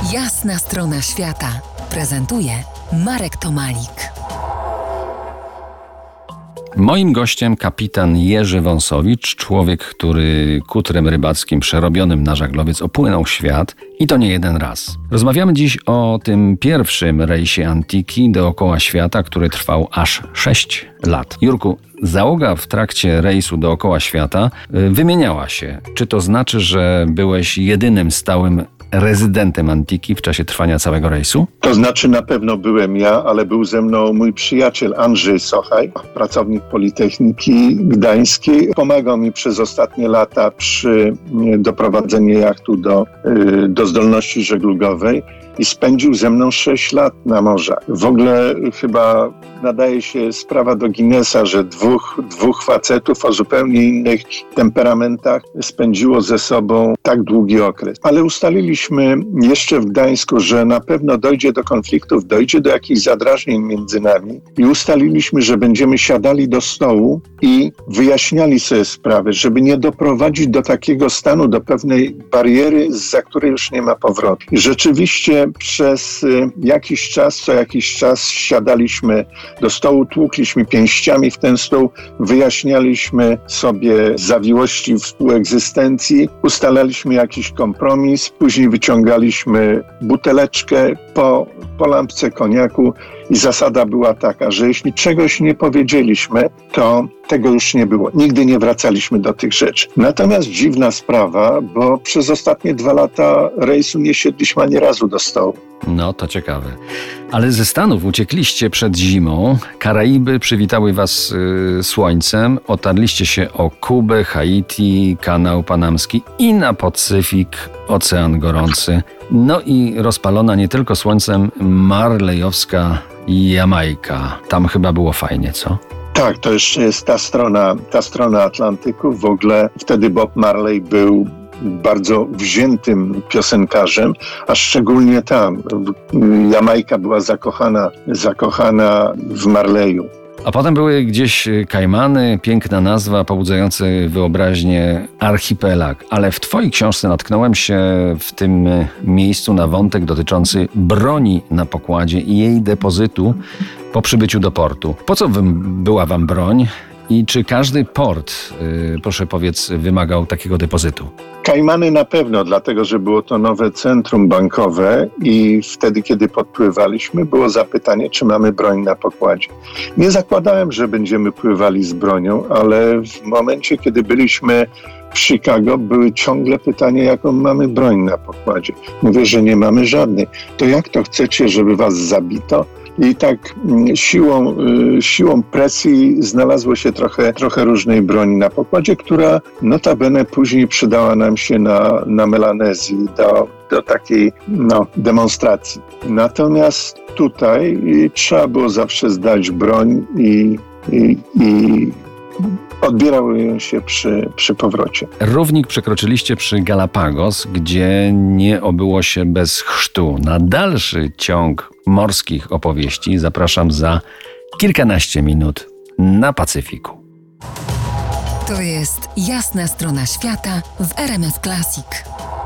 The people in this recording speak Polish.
Jasna strona świata prezentuje Marek Tomalik. Moim gościem kapitan Jerzy Wąsowicz, człowiek, który kutrem rybackim przerobionym na żaglowiec opłynął świat i to nie jeden raz. Rozmawiamy dziś o tym pierwszym rejsie Antiki dookoła świata, który trwał aż 6 lat. Jurku, załoga w trakcie rejsu dookoła świata wymieniała się. Czy to znaczy, że byłeś jedynym stałym rezydentem Antiki w czasie trwania całego rejsu? To znaczy na pewno byłem ja, ale był ze mną mój przyjaciel Andrzej Sochaj, pracownik Politechniki Gdańskiej. Pomagał mi przez ostatnie lata przy doprowadzeniu jachtu do zdolności żeglugowej i spędził ze mną 6 lat na morzach. W ogóle chyba nadaje się sprawa do Guinnessa, że dwóch facetów o zupełnie innych temperamentach spędziło ze sobą tak długi okres. Ale ustaliliśmy jeszcze w Gdańsku, że na pewno dojdzie do konfliktów, dojdzie do jakichś zadrażnień między nami i ustaliliśmy, że będziemy siadali do stołu i wyjaśniali sobie sprawę, żeby nie doprowadzić do takiego stanu, do pewnej bariery, zza której już nie ma powrotu. I rzeczywiście przez co jakiś czas siadaliśmy do stołu, tłukliśmy pięściami w ten stół, wyjaśnialiśmy sobie zawiłości współegzystencji, ustalaliśmy jakiś kompromis, później wyciągaliśmy buteleczkę po lampce koniaku i zasada była taka, że jeśli czegoś nie powiedzieliśmy, to tego już nie było. Nigdy nie wracaliśmy do tych rzeczy. Natomiast dziwna sprawa, bo przez ostatnie 2 lata rejsu nie siedliśmy ani razu do stołu. No, to ciekawe. Ale ze Stanów uciekliście przed zimą, Karaiby przywitały was słońcem, otarliście się o Kubę, Haiti, kanał panamski i na Pacyfik, ocean gorący. No i rozpalona nie tylko słońcem marlejowska Jamajka. Tam chyba było fajnie, co? Tak, to jeszcze jest ta strona Atlantyku. W ogóle wtedy Bob Marley był bardzo wziętym piosenkarzem, a szczególnie tam. Jamajka była zakochana w Marleyu. A potem były gdzieś Kajmany, piękna nazwa, pobudzający wyobraźnię archipelag. Ale w twojej książce natknąłem się w tym miejscu na wątek dotyczący broni na pokładzie i jej depozytu po przybyciu do portu. Po co była wam broń i czy każdy port, proszę powiedz, wymagał takiego depozytu? Kajmany na pewno, dlatego że było to nowe centrum bankowe i wtedy, kiedy podpływaliśmy, było zapytanie, czy mamy broń na pokładzie. Nie zakładałem, że będziemy pływali z bronią, ale w momencie, kiedy byliśmy w Chicago, były ciągle pytania, jaką mamy broń na pokładzie. Mówię, że nie mamy żadnej. To jak to chcecie, żeby was zabito? I tak siłą presji znalazło się trochę różnej broni na pokładzie, która notabene później przydała nam się na Melanezji do takiej demonstracji. Natomiast tutaj trzeba było zawsze zdać broń i odbierało ją się przy powrocie. Równik przekroczyliście przy Galapagos, gdzie nie obyło się bez chrztu. Na dalszy ciąg morskich opowieści zapraszam za kilkanaście minut na Pacyfiku. To jest Jasna strona świata w RMF Classic.